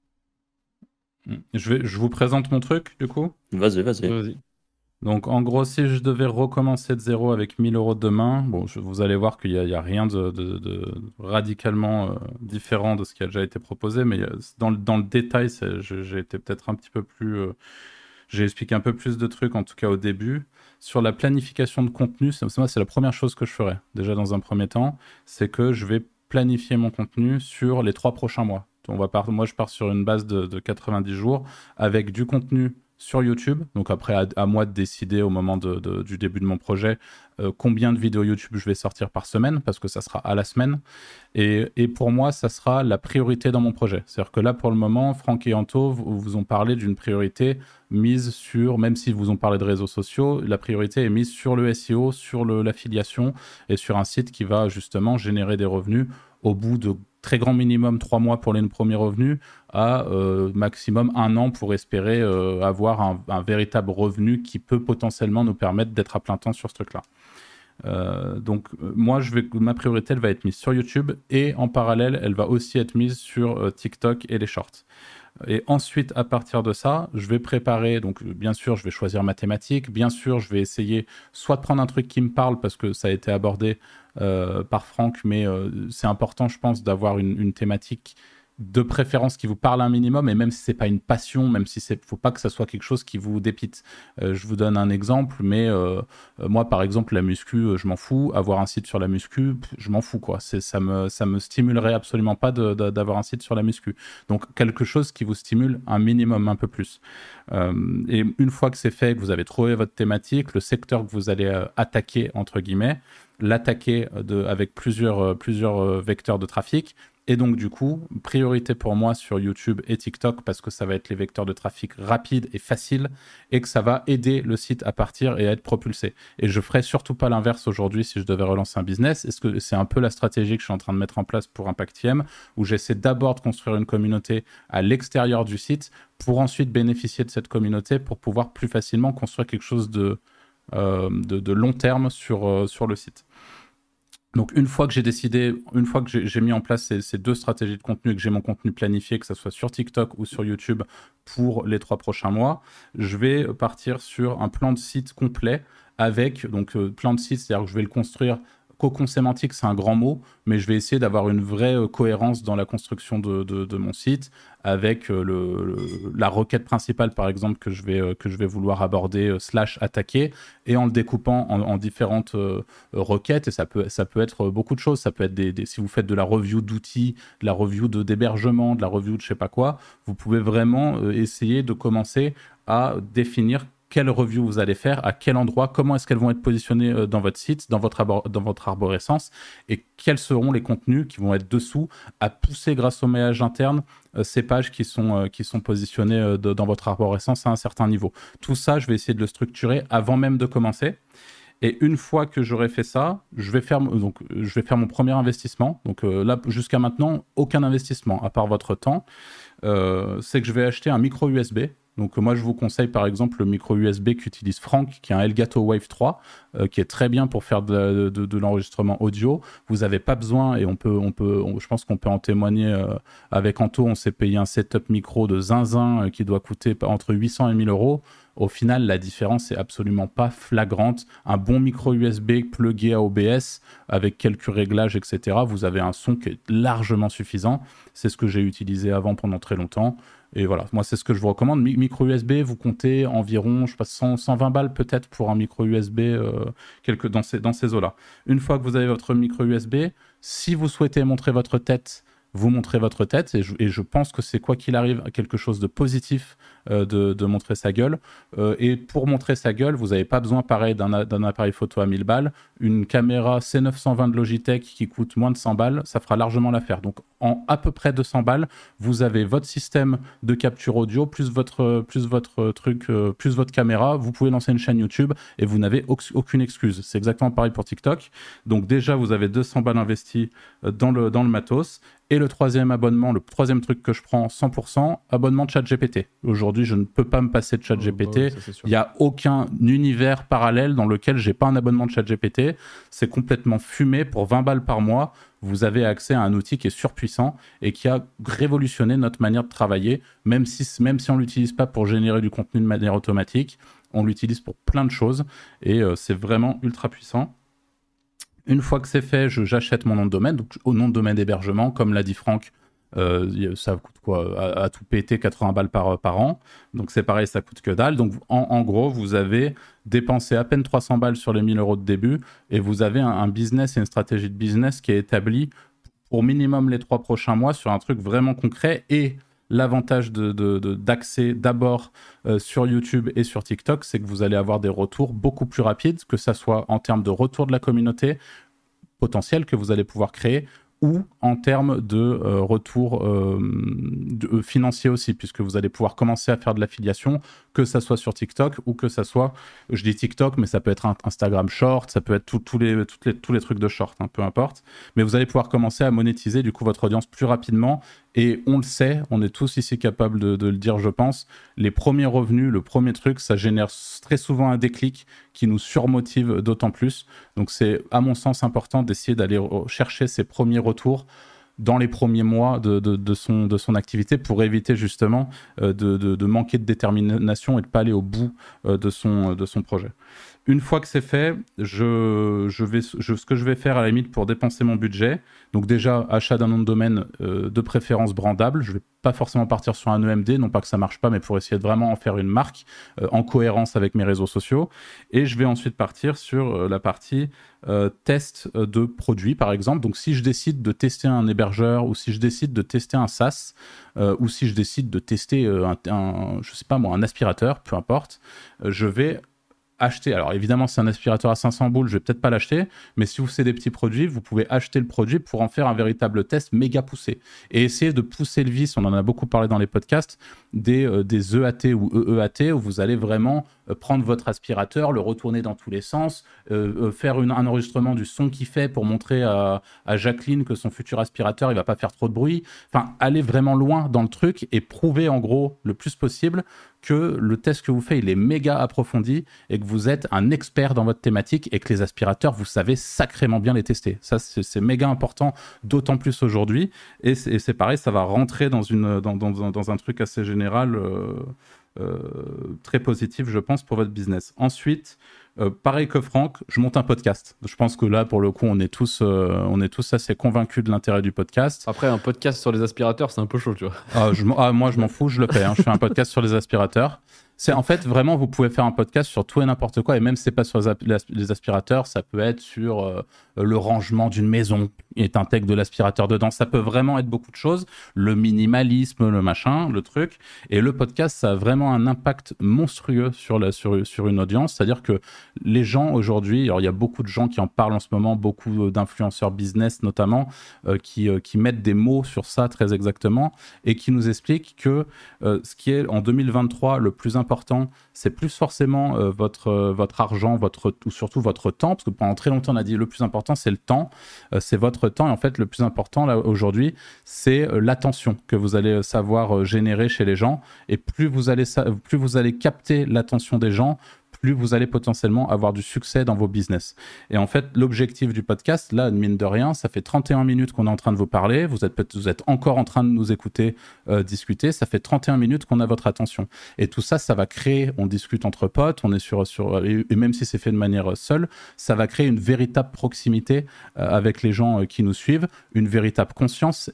Je vous présente mon truc, du coup. Vas-y. Donc, en gros, si je devais recommencer de zéro avec 1 000 euros demain, bon, vous allez voir qu'il y a rien de radicalement différent de ce qui a déjà été proposé, mais dans le détail, j'ai été peut-être un petit peu plus... j'ai expliqué un peu plus de trucs, en tout cas au début. Sur la planification de contenu, c'est la première chose que je ferais, déjà dans un premier temps, c'est que je vais planifier mon contenu sur les 3 prochains mois. Moi, je pars sur une base de 90 jours avec du contenu sur YouTube. Donc après, à moi de décider au moment du début de mon projet combien de vidéos YouTube je vais sortir par semaine, parce que ça sera à la semaine. Et pour moi, ça sera la priorité dans mon projet. C'est-à-dire que là, pour le moment, Franck et Anto vous ont parlé d'une priorité mise sur, même s'ils vous ont parlé de réseaux sociaux, la priorité est mise sur le SEO, sur l'affiliation et sur un site qui va justement générer des revenus au bout de très grand minimum 3 mois pour les premiers revenus à maximum 1 an pour espérer avoir un véritable revenu qui peut potentiellement nous permettre d'être à plein temps sur ce truc-là. Donc moi, ma priorité, elle va être mise sur YouTube et en parallèle, elle va aussi être mise sur TikTok et les shorts. Et ensuite, à partir de ça, je vais préparer, donc bien sûr, je vais choisir ma thématique, bien sûr, je vais essayer soit de prendre un truc qui me parle, parce que ça a été abordé par Franck, mais c'est important, je pense, d'avoir une thématique de préférence qui vous parle un minimum, et même si c'est pas une passion, même si faut pas que ça soit quelque chose qui vous dépite. Je vous donne un exemple, mais moi par exemple la muscu, je m'en fous. Avoir un site sur la muscu, je m'en fous quoi. Ça me stimulerait absolument pas d'avoir un site sur la muscu. Donc quelque chose qui vous stimule un minimum, un peu plus. Et une fois que c'est fait, que vous avez trouvé votre thématique, le secteur que vous allez attaquer entre guillemets, l'attaquer avec plusieurs vecteurs de trafic. Et donc, du coup, priorité pour moi sur YouTube et TikTok parce que ça va être les vecteurs de trafic rapides et faciles et que ça va aider le site à partir et à être propulsé. Et je ferai surtout pas l'inverse aujourd'hui si je devais relancer un business. Est-ce que c'est un peu la stratégie que je suis en train de mettre en place pour Impactiem, où j'essaie d'abord de construire une communauté à l'extérieur du site pour ensuite bénéficier de cette communauté pour pouvoir plus facilement construire quelque chose de long terme sur le site. Donc une fois que j'ai décidé, une fois que j'ai mis en place ces deux stratégies de contenu et que j'ai mon contenu planifié, que ce soit sur TikTok ou sur YouTube pour les 3 prochains mois, je vais partir sur un plan de site complet avec, donc plan de site, c'est-à-dire que je vais le construire. Cocon sémantique, c'est un grand mot, mais je vais essayer d'avoir une vraie cohérence dans la construction de mon site avec la requête principale, par exemple, que je vais vouloir aborder / attaquer, et en le découpant en différentes requêtes. Et ça peut être beaucoup de choses. Ça peut être si vous faites de la review d'outils, de la review d'hébergement, de la review de je sais pas quoi, vous pouvez vraiment essayer de commencer à définir quelle review vous allez faire, à quel endroit, comment est-ce qu'elles vont être positionnées dans votre site, dans votre arborescence, et quels seront les contenus qui vont être dessous à pousser grâce au maillage interne ces pages qui sont positionnées dans votre arborescence à un certain niveau. Tout ça, je vais essayer de le structurer avant même de commencer. Et une fois que j'aurai fait ça, je vais faire mon premier investissement. Donc là, jusqu'à maintenant, aucun investissement, à part votre temps. C'est que je vais acheter un micro USB. Donc moi, je vous conseille par exemple le micro USB qu'utilise Franck, qui est un Elgato Wave 3, qui est très bien pour faire de l'enregistrement audio. Vous n'avez pas besoin, et je pense qu'on peut en témoigner avec Anto, on s'est payé un setup micro de zinzin qui doit coûter entre 800 et 1000 euros. Au final, la différence est absolument pas flagrante. Un bon micro USB plugué à OBS avec quelques réglages, etc. Vous avez un son qui est largement suffisant. C'est ce que j'ai utilisé avant pendant très longtemps. Et voilà, moi, c'est ce que je vous recommande. Micro USB, vous comptez environ, je sais pas, 120 balles peut-être pour un micro USB dans ces eaux-là. Une fois que vous avez votre micro USB, si vous souhaitez montrer votre tête, vous montrez votre tête, et je pense que c'est quoi qu'il arrive quelque chose de positif de montrer sa gueule. Et pour montrer sa gueule, vous n'avez pas besoin, pareil, d'un appareil photo à 1000 balles. Une caméra C920 de Logitech qui coûte moins de 100 balles, ça fera largement l'affaire. Donc en à peu près 200 balles, vous avez votre système de capture audio, plus votre caméra. Vous pouvez lancer une chaîne YouTube et vous n'avez aucune excuse. C'est exactement pareil pour TikTok. Donc déjà, vous avez 200 balles investies dans le matos. Et le troisième truc que je prends 100%, abonnement de ChatGPT. Aujourd'hui, je ne peux pas me passer de ChatGPT. Il n'y a aucun univers parallèle dans lequel j'ai pas un abonnement de ChatGPT. C'est complètement fumé. Pour 20 balles par mois, vous avez accès à un outil qui est surpuissant et qui a révolutionné notre manière de travailler, même si on ne l'utilise pas pour générer du contenu de manière automatique, on l'utilise pour plein de choses et c'est vraiment ultra puissant. Une fois que c'est fait, j'achète mon nom de domaine, donc au nom de domaine d'hébergement, comme l'a dit Franck, ça coûte quoi à tout péter 80 balles par an, donc c'est pareil, ça coûte que dalle. Donc en gros, vous avez dépensé à peine 300 balles sur les 1000 euros de début, et vous avez un business et une stratégie de business qui est établie pour minimum les 3 prochains mois sur un truc vraiment concret. Et l'avantage d'accès d'abord sur YouTube et sur TikTok, c'est que vous allez avoir des retours beaucoup plus rapides, que ça soit en termes de retour de la communauté potentielle que vous allez pouvoir créer, ou en termes de retour financier aussi, puisque vous allez pouvoir commencer à faire de l'affiliation, que ça soit sur TikTok ou que ça soit, je dis TikTok, mais ça peut être Instagram Short, ça peut être tous les trucs de short, hein, peu importe. Mais vous allez pouvoir commencer à monétiser du coup votre audience plus rapidement. Et on le sait, on est tous ici capables de le dire, je pense, les premiers revenus, le premier truc, ça génère très souvent un déclic qui nous surmotive d'autant plus. Donc c'est, à mon sens, important d'essayer d'aller chercher ces premiers retours dans les premiers mois de son activité pour éviter justement de manquer de détermination et de pas aller au bout de son projet. Une fois que c'est fait, ce que je vais faire à la limite pour dépenser mon budget, donc déjà achat d'un nom de domaine de préférence brandable, je vais pas forcément partir sur un EMD, non pas que ça marche pas, mais pour essayer de vraiment en faire une marque en cohérence avec mes réseaux sociaux. Et je vais ensuite partir sur la partie test de produits, par exemple. Donc si je décide de tester un hébergeur, ou si je décide de tester un SaaS, ou si je décide de tester je sais pas moi, un aspirateur, peu importe, je vais acheter. Alors évidemment, c'est un aspirateur à 500 boules, je vais peut-être pas l'acheter, mais si vous faites des petits produits, vous pouvez acheter le produit pour en faire un véritable test méga poussé et essayer de pousser le vice. On en a beaucoup parlé dans les podcasts des EAT ou EEAT où vous allez vraiment prendre votre aspirateur, le retourner dans tous les sens, faire un enregistrement du son qu'il fait pour montrer à Jacqueline que son futur aspirateur il va pas faire trop de bruit. Enfin, aller vraiment loin dans le truc et prouver en gros le plus possible que le test que vous faites, il est méga approfondi et que vous êtes un expert dans votre thématique et que les aspirateurs, vous savez sacrément bien les tester. Ça, c'est méga important, d'autant plus aujourd'hui. Et c'est pareil, ça va rentrer dans un truc assez général, très positif, je pense, pour votre business. Ensuite, pareil que Franck, je monte un podcast. Je pense que là, pour le coup, on est tous assez convaincus de l'intérêt du podcast. Après, un podcast sur les aspirateurs, c'est un peu chaud, tu vois. Moi, je m'en fous, je le fais. Je fais un podcast sur les aspirateurs. C'est en fait vraiment, vous pouvez faire un podcast sur tout et n'importe quoi, et même si c'est pas sur les aspirateurs, ça peut être sur le rangement d'une maison et t'intègres de l'aspirateur dedans. Ça peut vraiment être beaucoup de choses, le minimalisme, le machin, le truc. Et le podcast, ça a vraiment un impact monstrueux sur une audience. C'est-à-dire que les gens aujourd'hui, alors il y a beaucoup de gens qui en parlent en ce moment, beaucoup d'influenceurs business notamment, qui mettent des mots sur ça très exactement et qui nous expliquent que ce qui est en 2023 le plus important, c'est plus forcément votre argent, ou surtout votre temps, parce que pendant très longtemps on a dit le plus important c'est le temps, c'est votre temps, et en fait le plus important là aujourd'hui c'est l'attention que vous allez savoir générer chez les gens, et plus vous allez capter l'attention des gens, plus vous allez potentiellement avoir du succès dans vos business. Et en fait, l'objectif du podcast, là, mine de rien, ça fait 31 minutes qu'on est en train de vous parler, vous êtes encore en train de nous écouter discuter, ça fait 31 minutes qu'on a votre attention. Et tout ça, ça va créer, on discute entre potes, on est et même si c'est fait de manière seule, ça va créer une véritable proximité avec les gens qui nous suivent, une véritable confiance,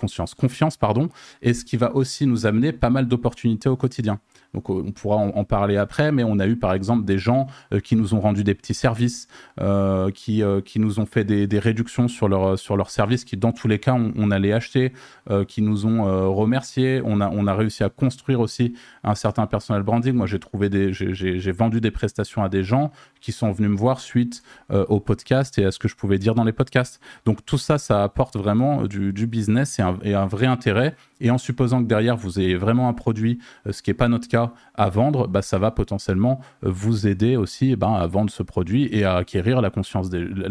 et ce qui va aussi nous amener pas mal d'opportunités au quotidien. Donc on pourra en parler après, mais on a eu par exemple des gens qui nous ont rendu des petits services, qui nous ont fait des réductions sur leurs services, qui dans tous les cas on allait acheter, qui nous ont remerciés. On a réussi à construire aussi un certain personal branding. Moi j'ai vendu des prestations à des gens qui sont venus me voir suite au podcast et à ce que je pouvais dire dans les podcasts. Donc tout ça, ça apporte vraiment du business et un vrai intérêt. Et en supposant que derrière vous ayez vraiment un produit, ce qui n'est pas notre cas, à vendre, ça va potentiellement vous aider aussi à vendre ce produit et à acquérir la confiance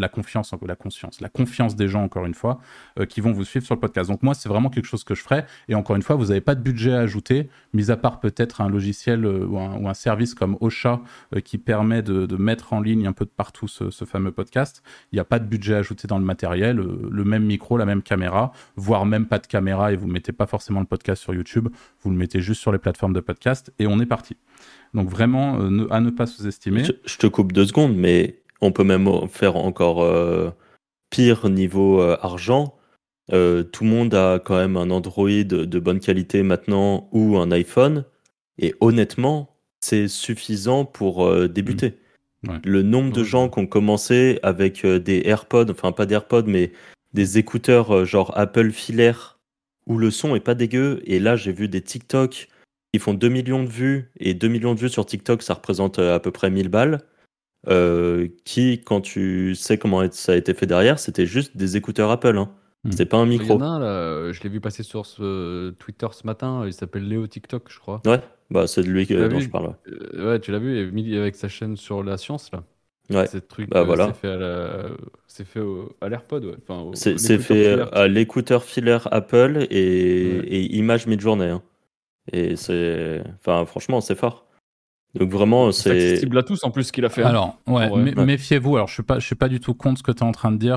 des gens, encore une fois, qui vont vous suivre sur le podcast. Donc moi, c'est vraiment quelque chose que je ferai. Et encore une fois, vous n'avez pas de budget à ajouter, mis à part peut-être un logiciel ou un service comme Ocha qui permet de mettre en ligne un peu de partout ce fameux podcast. Il n'y a pas de budget à ajouter dans le matériel, le même micro, la même caméra, voire même pas de caméra, et vous ne mettez pas forcément le podcast sur YouTube, vous le mettez juste sur les plateformes de podcast et on est parti. Donc vraiment, à ne pas sous-estimer. Je te coupe 2 secondes, mais on peut même faire encore pire niveau argent. Tout le monde a quand même un Android de bonne qualité maintenant ou un iPhone, et honnêtement, c'est suffisant pour débuter. Ouais. Le nombre de gens qui ont commencé avec des AirPods, enfin pas des AirPods, mais des écouteurs genre Apple filaire, où le son est pas dégueu, et là j'ai vu des TikTok qui font 2 millions de vues, et 2 millions de vues sur TikTok, ça représente à peu près 1000 balles, qui, quand tu sais comment ça a été fait derrière, c'était juste des écouteurs Apple, hein. C'est pas un Il y micro. en a un, là, je l'ai vu passer sur Twitter ce matin, il s'appelle Léo TikTok, je crois. Ouais, c'est de lui Tu l'as dont vu je parle. Ouais, tu l'as vu, il est mis avec sa chaîne sur la science, là. Ouais, C'est truc, voilà. c'est fait à l'AirPod, ouais. Enfin, C'est l'écouteur fait filaire. à l'écouteur filaire Apple et image mid-journée, hein. Et franchement, c'est fort. Donc vraiment, C'est accessible à tous en plus ce qu'il a fait. Alors, ouais, Ouais. méfiez-vous. Alors, je suis pas du tout contre ce que tu es en train de dire.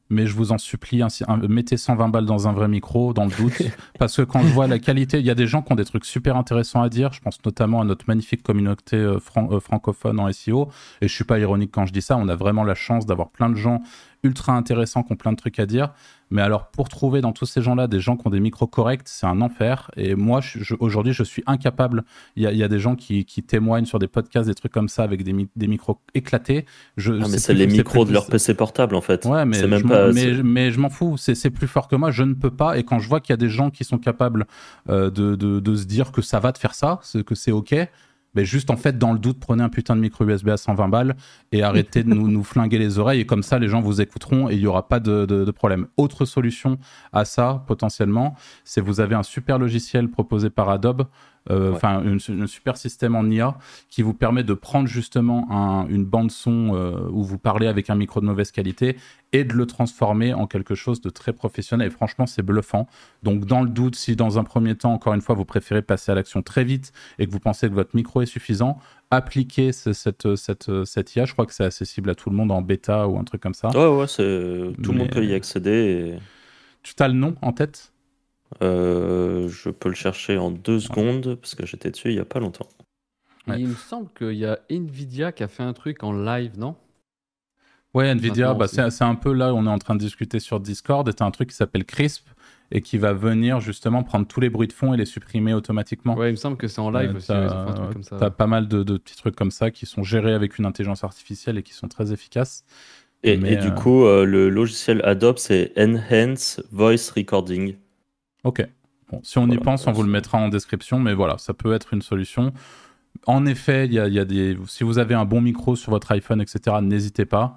mais je vous en supplie, mettez 120 balles dans un vrai micro, dans le doute, parce que quand je vois la qualité, il y a des gens qui ont des trucs super intéressants à dire, je pense notamment à notre magnifique communauté francophone en SEO, et je suis pas ironique quand je dis ça, on a vraiment la chance d'avoir plein de gens ultra intéressants qui ont plein de trucs à dire, mais alors pour trouver dans tous ces gens-là des gens qui ont des micros corrects, c'est un enfer, et moi aujourd'hui je suis incapable, il y a des gens qui témoignent sur des podcasts, des trucs comme ça, avec des micros éclatés. Mais c'est les micros de leur PC portable en fait. Ouais, mais je m'en fous, c'est plus fort que moi, je ne peux pas, et quand je vois qu'il y a des gens qui sont capables de se dire que ça va de faire ça, que c'est ok, mais juste en fait dans le doute, prenez un putain de micro USB à 120 balles et arrêtez de nous flinguer les oreilles, et comme ça les gens vous écouteront et il n'y aura pas de problème. Autre solution à ça potentiellement, c'est vous avez un super logiciel proposé par Adobe, un super système en IA qui vous permet de prendre justement une bande son où vous parlez avec un micro de mauvaise qualité et de le transformer en quelque chose de très professionnel, et franchement c'est bluffant. Donc dans le doute, si dans un premier temps, encore une fois, vous préférez passer à l'action très vite et que vous pensez que votre micro est suffisant, appliquez cette IA. Je crois que c'est accessible à tout le monde en bêta ou un truc comme ça. Ouais, tout le monde peut y accéder. Tu as le nom en tête ? Je peux le chercher en 2 secondes parce que j'étais dessus il n'y a pas longtemps. Ouais. Il me semble qu'il y a Nvidia qui a fait un truc en live, non ? Ouais, Nvidia, c'est un peu là où on est en train de discuter sur Discord, et tu as un truc qui s'appelle Crisp et qui va venir justement prendre tous les bruits de fond et les supprimer automatiquement. Ouais, il me semble que c'est en live aussi, ils ont fait un truc comme ça. Tu as pas mal de petits trucs comme ça qui sont gérés avec une intelligence artificielle et qui sont très efficaces. Et du coup, le logiciel Adobe, c'est Enhance Voice Recording. Ok. Bon, si on y pense, on vous le mettra en description, mais voilà, ça peut être une solution. En effet, si vous avez un bon micro sur votre iPhone, etc., n'hésitez pas.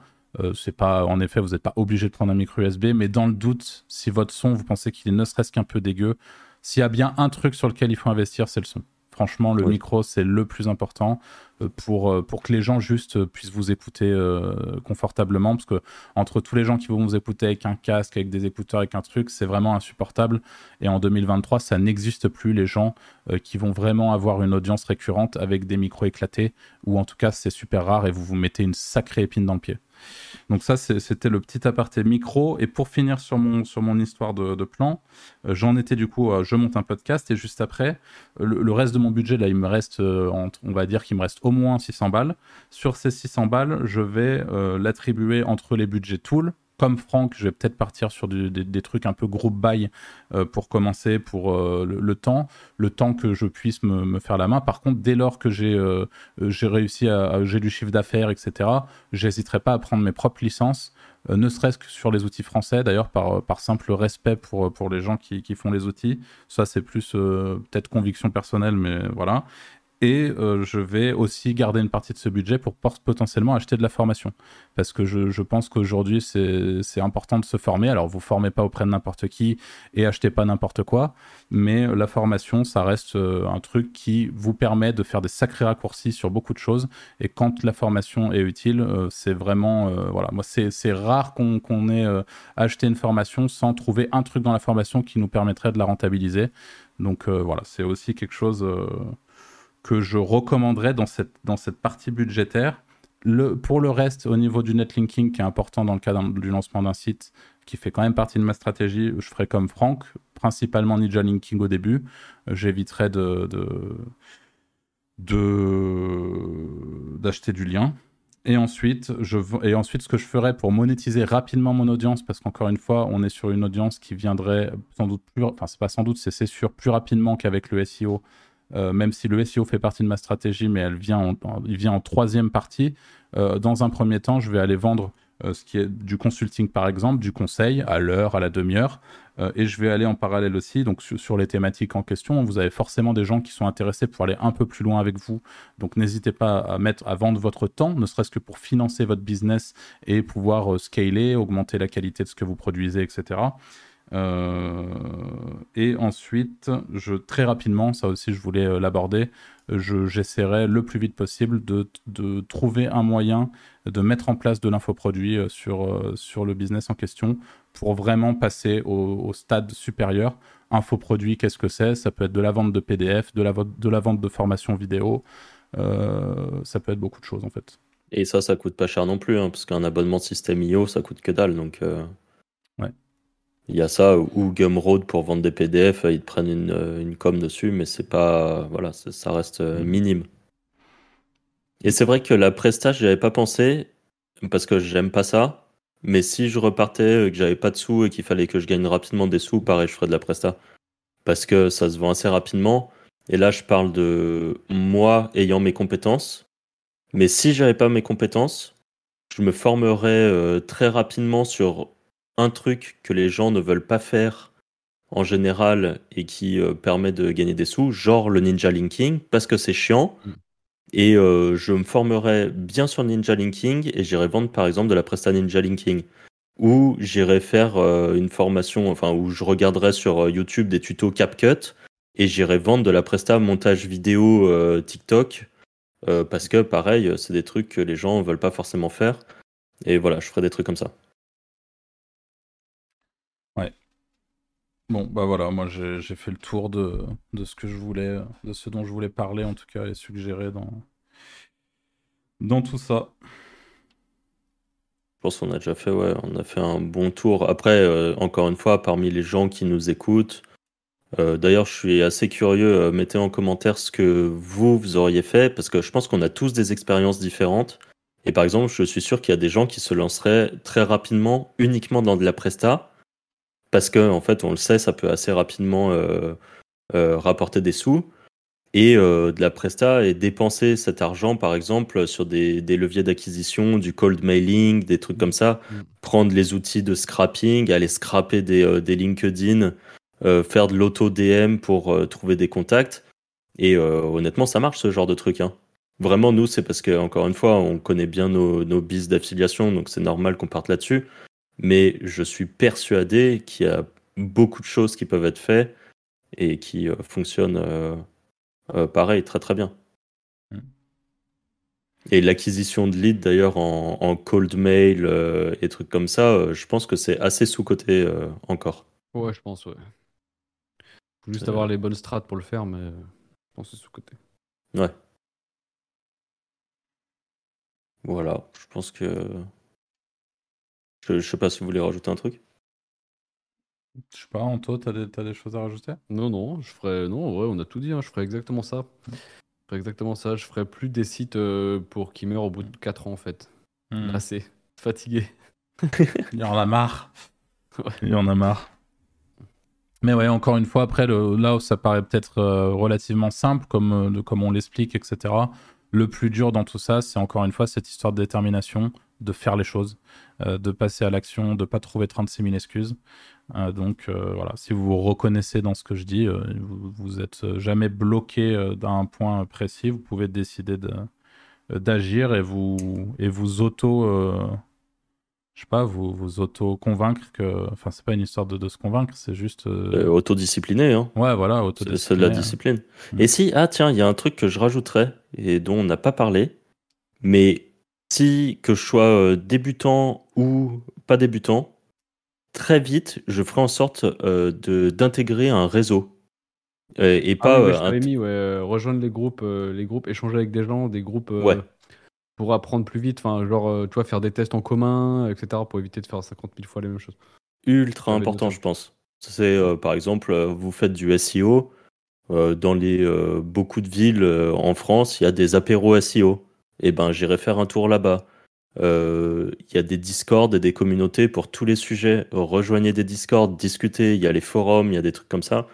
En effet, vous n'êtes pas obligé de prendre un micro USB, mais dans le doute, si votre son, vous pensez qu'il est ne serait-ce qu'un peu dégueu, s'il y a bien un truc sur lequel il faut investir, c'est le son. Franchement, le micro, c'est le plus important pour que les gens juste puissent vous écouter confortablement, parce que entre tous les gens qui vont vous écouter avec un casque, avec des écouteurs, avec un truc, c'est vraiment insupportable. Et en 2023, ça n'existe plus, les gens qui vont vraiment avoir une audience récurrente avec des micros éclatés, ou en tout cas, c'est super rare et vous vous mettez une sacrée épine dans le pied. Donc ça, c'était le petit aparté micro. Et pour finir sur mon histoire de plan, j'en étais du coup, je monte un podcast, et juste après, le reste de mon budget, là, il me reste, on va dire qu'il me reste au moins 600 balles. Sur ces 600 balles, je vais l'attribuer entre les budgets Tool. Comme Franck, je vais peut-être partir sur des trucs un peu group buy pour commencer, pour le temps que je puisse me faire la main. Par contre, dès lors que j'ai réussi j'ai du chiffre d'affaires, etc., j'hésiterai pas à prendre mes propres licences, ne serait-ce que sur les outils français, d'ailleurs, par simple respect pour les gens qui font les outils. Ça, c'est plus peut-être conviction personnelle, mais voilà. Et je vais aussi garder une partie de ce budget pour potentiellement acheter de la formation. Parce que je pense qu'aujourd'hui, c'est important de se former. Alors, vous ne formez pas auprès de n'importe qui et achetez pas n'importe quoi. Mais la formation, ça reste un truc qui vous permet de faire des sacrés raccourcis sur beaucoup de choses. Et quand la formation est utile, c'est vraiment... voilà, moi, c'est rare qu'on ait acheté une formation sans trouver un truc dans la formation qui nous permettrait de la rentabiliser. Donc, voilà, c'est aussi quelque chose... que je recommanderais dans cette partie budgétaire. Pour le reste, au niveau du netlinking, qui est important dans le cas du lancement d'un site, qui fait quand même partie de ma stratégie, je ferai comme Franck, principalement Ninja Linking au début. J'éviterai d'acheter du lien. Et ensuite, ce que je ferais pour monétiser rapidement mon audience, parce qu'encore une fois, on est sur une audience qui viendrait sans doute c'est sûr, plus rapidement qu'avec le SEO. Même si le SEO fait partie de ma stratégie, mais il vient en troisième partie. Dans un premier temps, je vais aller vendre ce qui est du consulting, par exemple, du conseil à l'heure, à la demi-heure, et je vais aller en parallèle aussi, donc sur les thématiques en question. Vous avez forcément des gens qui sont intéressés pour aller un peu plus loin avec vous, donc n'hésitez pas à vendre votre temps, ne serait-ce que pour financer votre business et pouvoir scaler, augmenter la qualité de ce que vous produisez, etc. Et ensuite, très rapidement, ça aussi je voulais l'aborder, j'essaierai le plus vite possible de trouver un moyen de mettre en place de l'infoproduit sur le business en question pour vraiment passer au stade supérieur. Infoproduit, qu'est-ce que c'est ? Ça peut être de la vente de PDF, de la vente de formation vidéo, ça peut être beaucoup de choses en fait. Et ça coûte pas cher non plus, hein, parce qu'un abonnement Système.io, ça coûte que dalle, donc... Il y a ça, ou Gumroad pour vendre des PDF, ils te prennent une com dessus, mais c'est pas. Voilà, ça reste minime. Et c'est vrai que la presta, j'y avais pas pensé, parce que j'aime pas ça. Mais si je repartais, que j'avais pas de sous et qu'il fallait que je gagne rapidement des sous, pareil, je ferais de la presta. Parce que ça se vend assez rapidement. Et là, je parle de moi ayant mes compétences. Mais si j'avais pas mes compétences, je me formerais très rapidement sur un truc que les gens ne veulent pas faire en général et qui permet de gagner des sous, genre le ninja linking, parce que c'est chiant. Mm. Et je me formerais bien sur ninja linking et j'irais vendre par exemple de la presta ninja linking. Ou j'irais faire une formation, enfin, où je regarderais sur YouTube des tutos CapCut et j'irais vendre de la presta montage vidéo TikTok parce que pareil, c'est des trucs que les gens veulent pas forcément faire. Et voilà, je ferais des trucs comme ça. Ouais. Bon, bah voilà, moi j'ai fait le tour de ce que je voulais, de ce dont je voulais parler en tout cas et suggérer dans tout ça. Je pense qu'on a déjà fait, ouais, on a fait un bon tour. Après, encore une fois, parmi les gens qui nous écoutent, d'ailleurs, je suis assez curieux, mettez en commentaire ce que vous auriez fait, parce que je pense qu'on a tous des expériences différentes. Et par exemple, je suis sûr qu'il y a des gens qui se lanceraient très rapidement uniquement dans de la presta, parce que en fait, on le sait, ça peut assez rapidement rapporter des sous. Et de la presta et dépenser cet argent, par exemple, sur des leviers d'acquisition, du cold mailing, des trucs comme ça, Mm. prendre les outils de scrapping, aller scraper des LinkedIn, faire de l'auto-DM pour trouver des contacts. Et honnêtement, ça marche ce genre de truc, hein. Vraiment, nous, c'est parce que, encore une fois, on connaît bien nos bises d'affiliation, donc c'est normal qu'on parte là-dessus. Mais je suis persuadé qu'il y a beaucoup de choses qui peuvent être faites et qui fonctionnent pareil, très très bien. Mm. Et l'acquisition de leads d'ailleurs en cold mail et trucs comme ça, je pense que c'est assez sous-coté encore. Ouais, je pense, ouais. Faut juste C'est- avoir les bonnes strats pour le faire, mais je pense que c'est sous-côté. Ouais. Voilà, je pense que. Je sais pas si vous voulez rajouter un truc. Je sais pas, Anto, t'as des choses à rajouter? Non, non, je ferais. Non, en vrai, on a tout dit, hein, je ferais exactement ça. Je ferais exactement ça. Je ferais plus des sites pour qui meurent au bout de 4 ans, en fait. Hmm. Assez. Fatigué. Il y en a marre. Ouais. Il y en a marre. Mais ouais, encore une fois, après, là où ça paraît peut-être relativement simple, comme on l'explique, etc., le plus dur dans tout ça, c'est encore une fois cette histoire de détermination, de faire les choses, de passer à l'action, de pas trouver 36 000 excuses. Donc voilà, si vous vous reconnaissez dans ce que je dis, vous êtes jamais bloqué d'un point précis, vous pouvez décider d'agir et vous je sais pas, vous auto-convaincre que. Enfin, c'est pas une histoire de se convaincre, c'est juste. Autodiscipliné, hein. Ouais, voilà, C'est de la autodiscipliner. discipline. Mm. Et si, ah tiens, il y a un truc que je rajouterais et dont on n'a pas parlé, mais si que je sois débutant ou pas débutant, très vite, je ferai en sorte d'intégrer un réseau. Et Ah pas oui, ouais, je un. t'avais mis, ouais, rejoindre les groupes, échanger avec des gens, des groupes Ouais, pour apprendre plus vite. Enfin, genre, tu vois, faire des tests en commun, etc., pour éviter de faire 50 000 fois les mêmes choses. ultra J'avais noté important, ça. je pense. C'est par exemple, vous faites du SEO. Dans les beaucoup de villes en France, il y a des apéros SEO. Et ben, j'irai faire un tour là-bas. Il y a des Discord et des communautés pour tous les sujets. Rejoignez des Discord, discutez. Il y a les forums, il y a des trucs comme ça.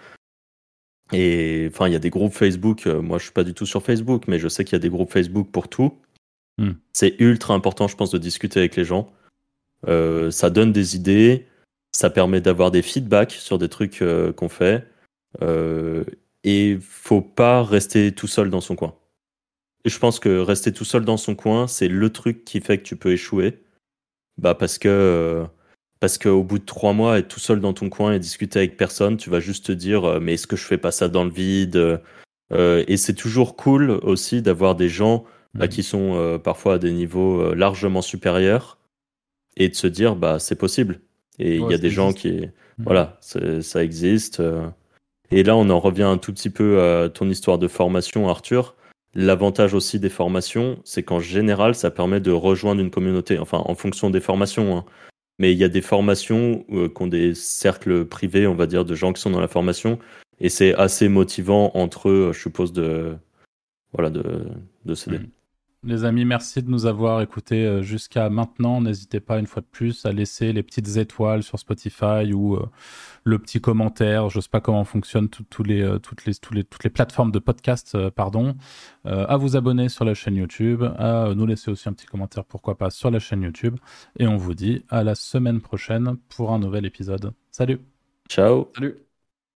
Et enfin, il y a des groupes Facebook. Moi, je suis pas du tout sur Facebook, mais je sais qu'il y a des groupes Facebook pour tout. Mm. C'est ultra important, je pense, de discuter avec les gens. Ça donne des idées. Ça permet d'avoir des feedbacks sur des trucs qu'on fait. Euh, et faut pas rester tout seul dans son coin. Et je pense que rester tout seul dans son coin, c'est le truc qui fait que tu peux échouer. Bah parce que au bout de 3 mois, être tout seul dans ton coin et discuter avec personne, tu vas juste te dire mais est-ce que je fais pas ça dans le vide. Et c'est toujours cool aussi d'avoir des gens Mm. qui sont parfois à des niveaux largement supérieurs et de se dire bah c'est possible. Et il y Ouais, a ça des gens existe. qui Mm. voilà, ça existe. Et là, on en revient un tout petit peu à ton histoire de formation, Arthur. L'avantage aussi des formations, c'est qu'en général, ça permet de rejoindre une communauté. Enfin, en fonction des formations, hein. mais il y a des formations qui ont des cercles privés, on va dire, de gens qui sont dans la formation, et c'est assez motivant entre eux, je suppose, de s'aider. Les amis, merci de nous avoir écoutés jusqu'à maintenant. N'hésitez pas, une fois de plus, à laisser les petites étoiles sur Spotify ou le petit commentaire. Je ne sais pas comment fonctionnent toutes les plateformes de podcast, à vous abonner sur la chaîne YouTube, à nous laisser aussi un petit commentaire, pourquoi pas, sur la chaîne YouTube. Et on vous dit à la semaine prochaine pour un nouvel épisode. Salut! Ciao! Salut!